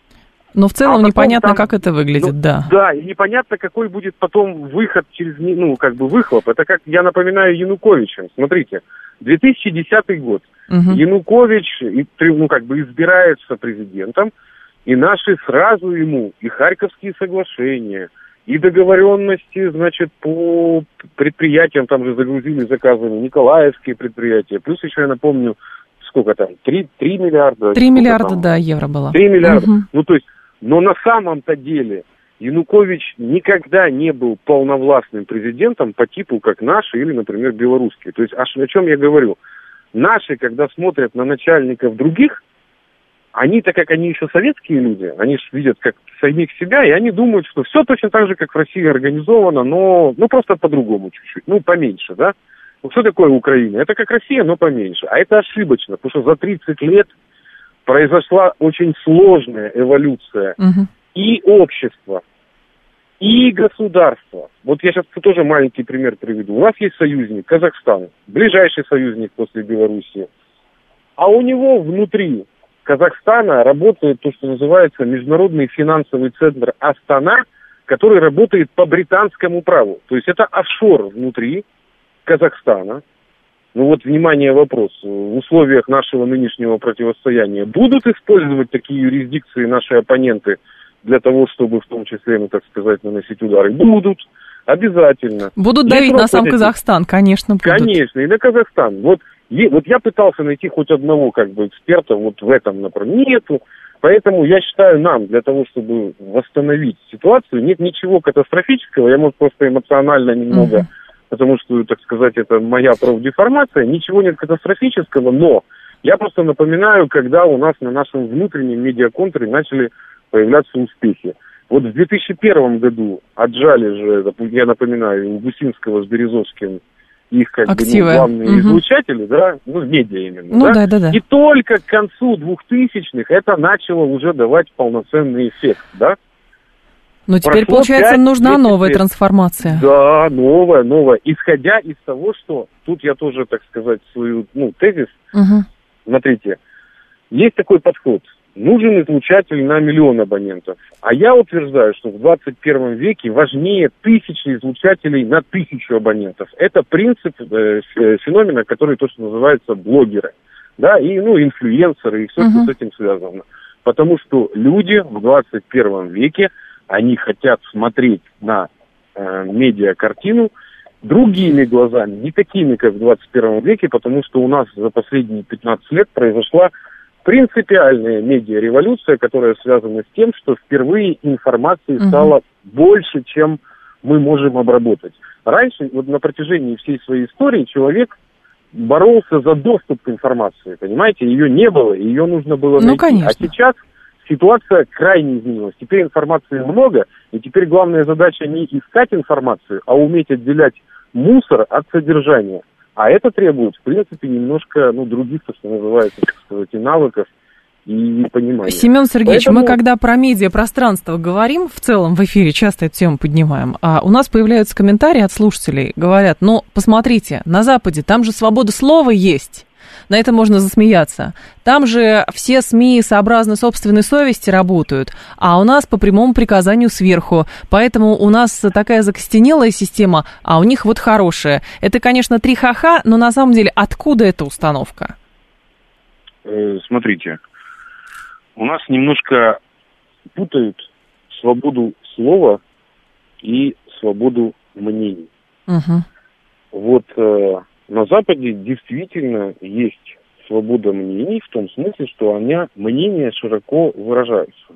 Но в целом а непонятно, там, как это выглядит, ну, да. Да, и непонятно, какой будет потом выход через, ну, как бы выхлоп. Это как, я напоминаю, Януковичем. Смотрите, две тысячи десятый год. Угу. Янукович, ну, как бы избирается президентом, и наши сразу ему и Харьковские соглашения, и и договоренности, значит, по предприятиям, там же загрузили заказами николаевские предприятия, плюс еще, я напомню, сколько там, три миллиарда? три миллиарда, да, евро было. три миллиарда. Угу. Ну, то есть, но на самом-то деле Янукович никогда не был полновластным президентом по типу, как наши или, например, белорусские. То есть, о чем я говорю? Наши, когда смотрят на начальников других, они, так как они еще советские люди, они же видят как самих себя, и они думают, что все точно так же, как в России организовано, но ну, просто по-другому чуть-чуть, ну, поменьше, да? Ну, что такое Украина? Это как Россия, но поменьше. А это ошибочно, потому что за тридцать лет произошла очень сложная эволюция угу. и общества, и государства. Вот я сейчас тоже маленький пример приведу. У нас есть союзник, Казахстан, ближайший союзник после Белоруссии. А у него внутри Казахстана работает то, что называется Международный финансовый центр Астана, который работает по британскому праву. То есть это офшор внутри Казахстана. Ну вот, внимание, вопрос. В условиях нашего нынешнего противостояния будут использовать такие юрисдикции наши оппоненты для того, чтобы в том числе, ну так сказать, наносить удары? Будут. Обязательно. Будут давить на сам Казахстан, конечно, будут. Конечно, и на Казахстан. Вот, е, вот я пытался найти хоть одного как бы эксперта вот в этом направлении. Нету. Поэтому я считаю, нам для того, чтобы восстановить ситуацию, нет ничего катастрофического. Я, может, просто эмоционально немного, uh-huh. потому что, так сказать, это моя профдеформация. Ничего нет катастрофического, но я просто напоминаю, когда у нас на нашем внутреннем медиаконтуре начали появляться успехи. Вот в две тысячи первом году отжали же, я напоминаю, у Гусинского с Березовским их как активы. бы ну, главные угу. излучатели, да, ну, медиа именно, ну, да? Да, да, да. И только к концу двухтысячных это начало уже давать полноценный эффект, да? Но теперь, Прошло получается, нужна новая лет. трансформация. Да, новая, новая. Исходя из того, что, тут я тоже, так сказать, свою, ну, тезис, угу. смотрите, есть такой подход. Нужен излучатель на миллион абонентов. А я утверждаю, что в двадцать первом веке важнее тысячи излучателей на тысячу абонентов. Это принцип э, феномена, который то, что называется блогеры. Да, и, ну, инфлюенсеры, и все, uh-huh. что с этим связано. Потому что люди в двадцать первом веке, они хотят смотреть на э, медиакартину другими глазами, не такими, как в двадцать первом веке, потому что у нас за последние пятнадцать лет произошла принципиальная медиареволюция, которая связана с тем, что впервые информации uh-huh. стало больше, чем мы можем обработать. Раньше, вот на протяжении всей своей истории, человек боролся за доступ к информации, понимаете? Ее не было, ее нужно было найти. Ну, конечно. А сейчас ситуация крайне изменилась. Теперь информации много, и теперь главная задача не искать информацию, а уметь отделять мусор от содержания. А это требует, в принципе, немножко, ну, других, что называется, так сказать, и навыков, и понимания. Семен Сергеевич, Поэтому... мы когда про медиапространство говорим, в целом в эфире часто эту тему поднимаем, а у нас появляются комментарии от слушателей, говорят, ну, посмотрите, на Западе, там же свобода слова есть. На это можно засмеяться. Там же все СМИ сообразно собственной совести работают, а у нас по прямому приказанию сверху. Поэтому у нас такая закостенелая система, а у них вот хорошая. Это, конечно, три ха-ха, но на самом деле откуда эта установка? Смотрите, у нас немножко путают свободу слова и свободу мнений. Угу. Вот... На Западе действительно есть свобода мнений, в том смысле, что они, мнения широко выражаются.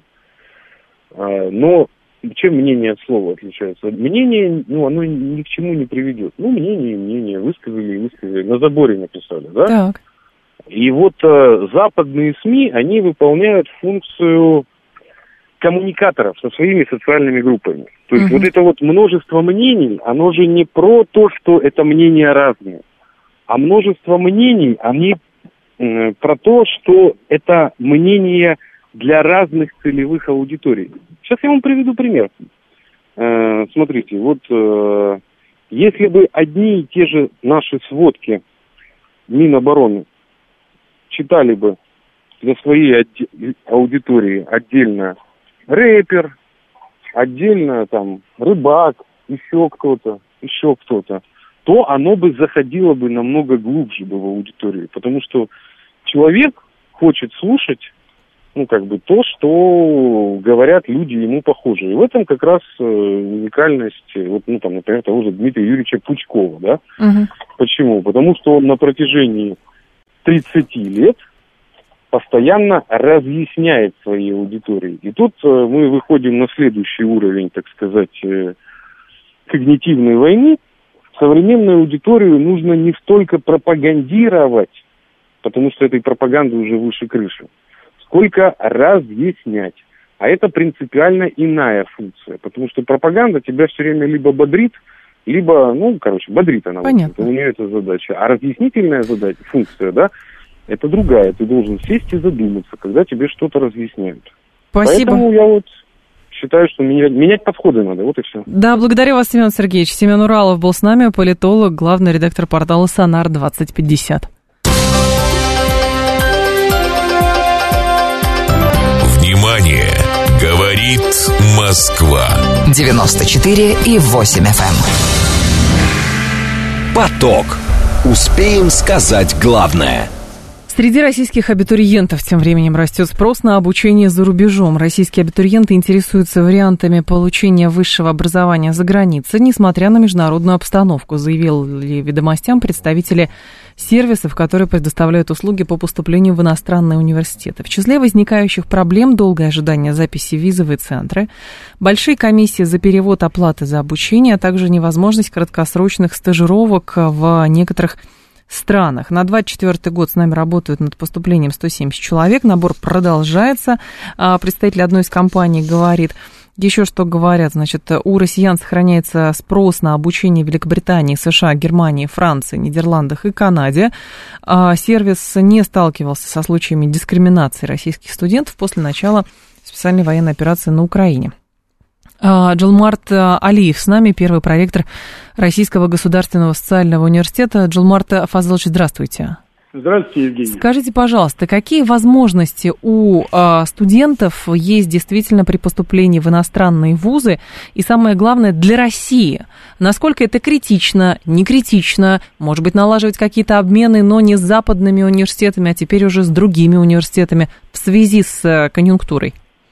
Но чем мнение от слова отличается? Мнение, ну, оно ни к чему не приведет. Ну, мнение и мнение, высказали и высказали, на заборе написали, да? Так. И вот э, западные СМИ, они выполняют функцию коммуникаторов со своими социальными группами. То есть uh-huh. вот это вот множество мнений, оно же не про то, что это мнения разные. А множество мнений, они э, про то, что это мнение для разных целевых аудиторий. Сейчас я вам приведу пример. Э, смотрите, вот э, если бы одни и те же наши сводки Минобороны читали бы для своей отде- аудитории отдельно рэпер, отдельно там рыбак, еще кто-то, еще кто-то, то оно бы заходило бы намного глубже бы в аудиторию. Потому что человек хочет слушать ну, как бы то, что говорят люди ему похожие. И в этом как раз э, уникальность, вот, ну, там, например, того же Дмитрия Юрьевича Пучкова, да? Угу. Почему? Потому что он на протяжении тридцати лет постоянно разъясняет своей аудитории. И тут э, мы выходим на следующий уровень, так сказать, э, когнитивной войны. Современную аудиторию нужно не столько пропагандировать, потому что этой пропаганды уже выше крыши, сколько разъяснять. А это принципиально иная функция, потому что пропаганда тебя все время либо бодрит, либо, ну, короче, бодрит она. Понятно. У нее это задача. А разъяснительная задача, функция, да, это другая. Ты должен сесть и задуматься, когда тебе что-то разъясняют. Спасибо. Поэтому я вот считаю, что менять, менять подходы надо, вот и все. Да, благодарю вас, Семен Сергеевич. Семен Уралов был с нами, политолог, главный редактор портала Сонар двадцать пятьдесят. Внимание! Говорит Москва. девяносто четыре и восемь эф эм. Поток. Успеем сказать главное. Среди российских абитуриентов тем временем растет спрос на обучение за рубежом. Российские абитуриенты интересуются вариантами получения высшего образования за границей, несмотря на международную обстановку, заявили «Ведомостям» представители сервисов, которые предоставляют услуги по поступлению в иностранные университеты. В числе возникающих проблем долгое ожидание записи в визовые центры, большие комиссии за перевод оплаты за обучение, а также невозможность краткосрочных стажировок в некоторых странах. На двадцать четвёртый год с нами работают над поступлением сто семьдесят человек. Набор продолжается. Представитель одной из компаний говорит, еще что говорят, значит, у россиян сохраняется спрос на обучение в Великобритании, США, Германии, Франции, Нидерландах и Канаде. Сервис не сталкивался со случаями дискриминации российских студентов после начала специальной военной операции на Украине. Джилмарт Алиев с нами, первый проректор Российского государственного социального университета. Джилмарт Фазылович, здравствуйте. Здравствуйте, Евгений. Скажите, пожалуйста, какие возможности у студентов есть действительно при поступлении в иностранные вузы? И самое главное, для России. Насколько это критично, не критично? Может быть, налаживать какие-то обмены, но не с западными университетами, а теперь уже с другими университетами в связи с конъюнктурой?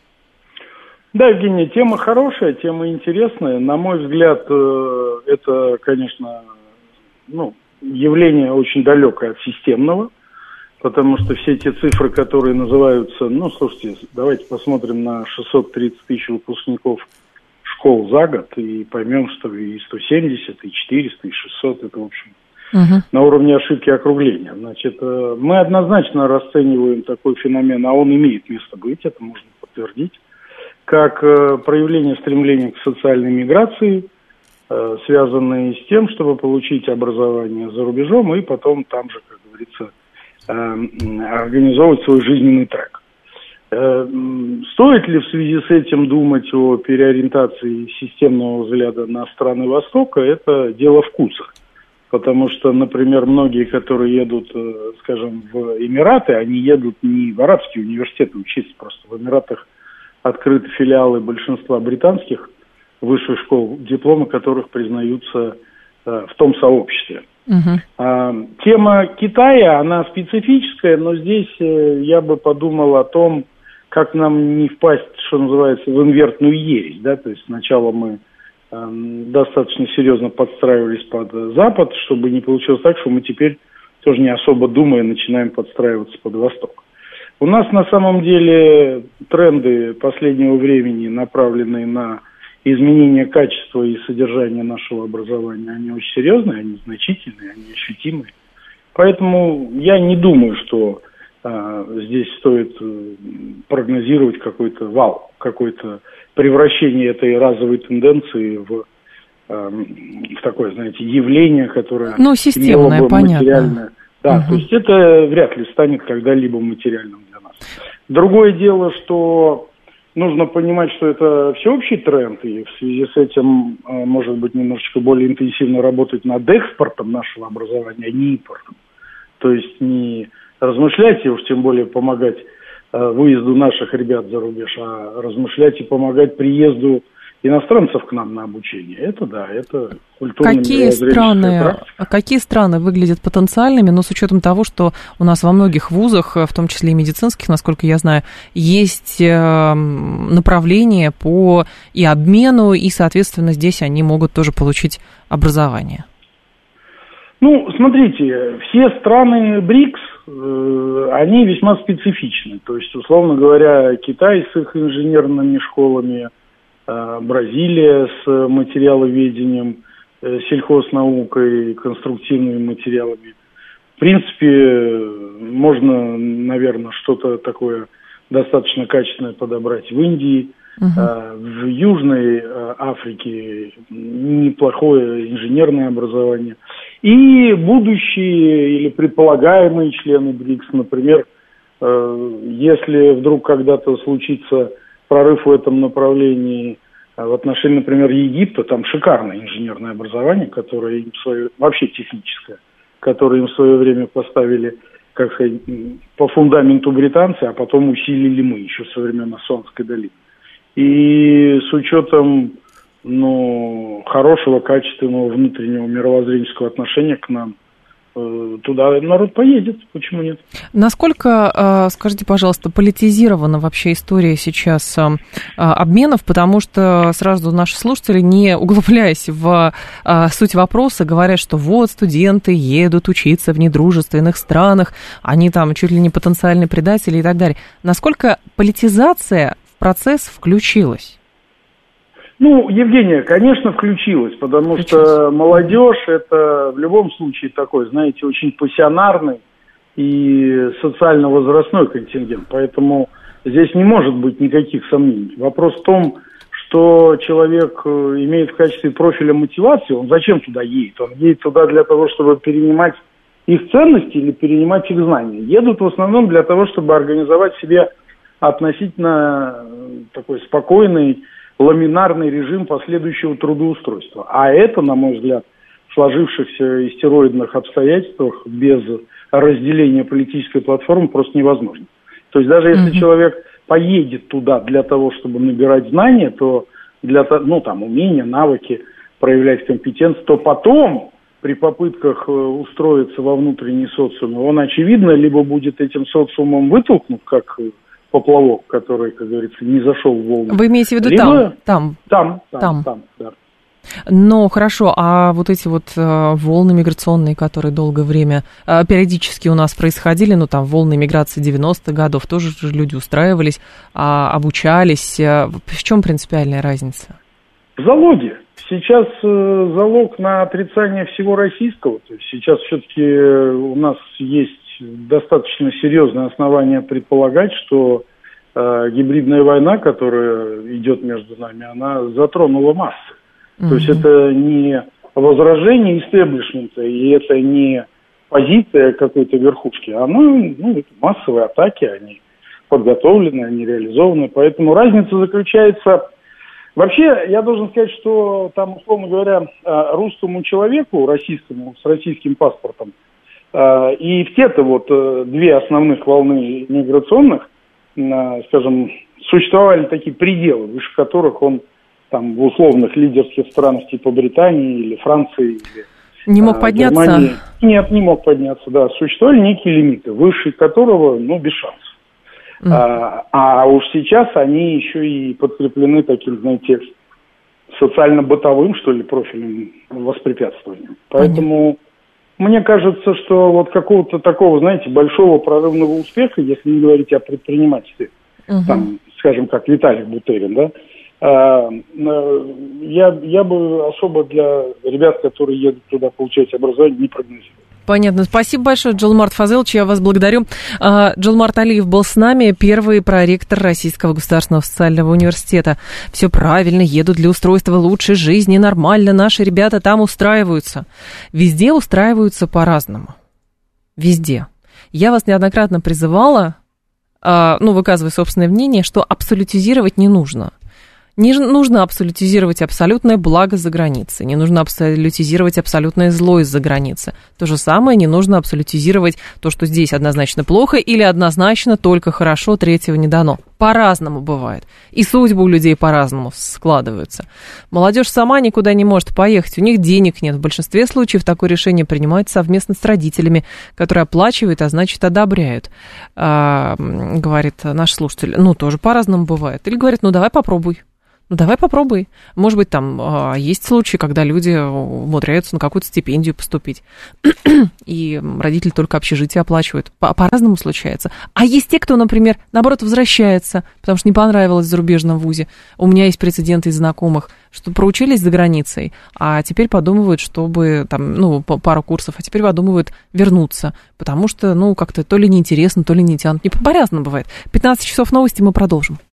Да, Евгений, тема хорошая, тема интересная. На мой взгляд, это, конечно, ну, явление очень далекое от системного, потому что все те цифры, которые называются, ну, слушайте, давайте посмотрим на шестьсот тридцать тысяч выпускников школ за год и поймем, что и сто семьдесят, и четыреста, и шестьсот, это, в общем, uh-huh. на уровне ошибки округления. Значит, мы однозначно расцениваем такой феномен, а он имеет место быть, это можно подтвердить, как проявление стремления к социальной миграции, связанные с тем, чтобы получить образование за рубежом и потом там же, как говорится, организовывать свой жизненный трек. Стоит ли в связи с этим думать о переориентации системного взгляда на страны Востока, это дело вкуса. Потому что, например, многие, которые едут, скажем, в Эмираты, они едут не в арабские университеты учиться, просто в Эмиратах открыты филиалы большинства британских высших школ, дипломы которых признаются э, в том сообществе. Uh-huh. А, тема Китая, она специфическая, но здесь э, я бы подумал о том, как нам не впасть, что называется, в инвертную ересь. Да? То есть сначала мы э, достаточно серьезно подстраивались под Запад, чтобы не получилось так, что мы теперь, тоже не особо думая, начинаем подстраиваться под Восток. У нас на самом деле тренды последнего времени, направленные на изменение качества и содержания нашего образования, они очень серьезные, они значительные, они ощутимые. Поэтому я не думаю, что а, здесь стоит прогнозировать какой-то вал, какое-то превращение этой разовой тенденции в, а, в такое, знаете, явление, которое ну, системное, имело бы понятно. материальное. Да, угу. То есть это вряд ли станет когда-либо материальным для нас. Другое дело, что нужно понимать, что это всеобщий тренд, и в связи с этим, может быть, немножечко более интенсивно работать над экспортом нашего образования, а не импортом. То есть не размышлять и уж тем более помогать выезду наших ребят за рубеж, а размышлять и помогать приезду иностранцев к нам на обучение. Это да, это культурная какие страны, какие страны выглядят потенциальными, но с учетом того, что у нас во многих вузах, в том числе и медицинских, насколько я знаю, есть направления по и обмену, и, соответственно, здесь они могут тоже получить образование. Ну, смотрите, все страны БРИКС, э, они весьма специфичны. То есть, условно говоря, Китай с их инженерными школами, э, Бразилия с материаловедением, э, сельхознаукой, конструктивными материалами. В принципе, можно, наверное, что-то такое достаточно качественное подобрать в Индии. Uh-huh. В Южной Африке неплохое инженерное образование. И будущие или предполагаемые члены БРИКС, например, если вдруг когда-то случится прорыв в этом направлении в отношении, например, Египта, там шикарное инженерное образование, которое им в свое, вообще техническое, которое им в свое время поставили, как сказать, по фундаменту британцы, а потом усилили мы еще со времен Ассуанской долины. И с учетом, ну, хорошего, качественного внутреннего мировоззренческого отношения к нам, э, туда народ поедет, почему нет? Насколько, э, скажите, пожалуйста, политизирована вообще история сейчас э, обменов, потому что сразу наши слушатели, не углубляясь в э, суть вопроса, говорят, что вот студенты едут учиться в недружественных странах, они там чуть ли не потенциальные предатели и так далее. Насколько политизация процесс включилась? Ну, Евгения, конечно, включилась, потому включилась. Что молодежь это в любом случае такой, знаете, очень пассионарный и социально-возрастной контингент, поэтому здесь не может быть никаких сомнений. Вопрос в том, что человек имеет в качестве профиля мотивацию, он зачем туда едет? Он едет туда для того, чтобы перенимать их ценности или перенимать их знания. Едут в основном для того, чтобы организовать себе относительно такой спокойный, ламинарный режим последующего трудоустройства. А это, на мой взгляд, в сложившихся истероидных обстоятельствах без разделения политической платформы просто невозможно. То есть даже если mm-hmm. человек поедет туда для того, чтобы набирать знания, то для, ну, там, умения, навыки, проявлять компетенцию, то потом при попытках устроиться во внутренний социум, он, очевидно, либо будет этим социумом вытолкнут, как поплавок, который, как говорится, не зашел в волну. Вы имеете в виду либо... там? Там, там, там. там, да. Ну, хорошо, а вот эти вот э, волны миграционные, которые долгое время э, периодически у нас происходили, ну, там, волны миграции девяностых годов, тоже люди устраивались, э, обучались. Э, в чем принципиальная разница? В залоге. Сейчас э, залог на отрицание всего российского. То есть сейчас все-таки у нас есть достаточно серьезное основание предполагать, что э, гибридная война, которая идет между нами, она затронула массы. Mm-hmm. То есть это не возражение истеблишмента, и это не позиция какой-то верхушки, она, ну, это массовые атаки, они подготовлены, они реализованы. Поэтому разница заключается... Вообще, я должен сказать, что там, условно говоря, русскому человеку, российскому, с российским паспортом, и в те-то вот две основных волны миграционных, скажем, существовали такие пределы, выше которых он там в условных лидерских странах типа Британии или Франции или не мог а, подняться? Германии. Нет, не мог подняться, да. Существовали некие лимиты, выше которого, ну, без шансов. Mm. А, а уж сейчас они еще и подкреплены таким, знаете, социально-бытовым, что ли, профилем воспрепятствования. Поэтому mm. мне кажется, что вот какого-то такого, знаете, большого прорывного успеха, если не говорить о предпринимательстве, mm-hmm. там, скажем, как Виталий Бутерин, да, а, я, я бы особо для ребят, которые едут туда получать образование, не прогнозировал. Понятно. Спасибо большое, Джилмарт Фазылович, я вас благодарю. Джилмарт Алиев был с нами, первый проректор Российского государственного социального университета. Все правильно, едут для устройства лучшей жизни, нормально, наши ребята там устраиваются. Везде устраиваются по-разному. Везде. Я вас неоднократно призывала, ну, выказывая собственное мнение, что абсолютизировать не нужно. Не нужно абсолютизировать абсолютное благо за границей, не нужно абсолютизировать абсолютное зло из-за границы. То же самое не нужно абсолютизировать то, что здесь однозначно плохо или однозначно только хорошо, третьего не дано. По-разному бывает. И судьбы у людей по-разному складываются. Молодежь сама никуда не может поехать, у них денег нет. В большинстве случаев такое решение принимают совместно с родителями, которые оплачивают, а значит, одобряют, а, говорит наш слушатель. Ну, тоже по-разному бывает. Или говорит, ну, давай попробуй. Ну, давай попробуй. Может быть, там э, есть случаи, когда люди умудряются на какую-то стипендию поступить, и родители только общежитие оплачивают. По- по-разному случается. А есть те, кто, например, наоборот, возвращается, потому что не понравилось в зарубежном вузе. У меня есть прецеденты из знакомых, что проучились за границей, а теперь подумывают, чтобы, там, ну, пару курсов, а теперь подумывают вернуться, потому что, ну, как-то то ли неинтересно, то ли не тянут. Не по-разному бывает. пятнадцать часов новости, мы продолжим.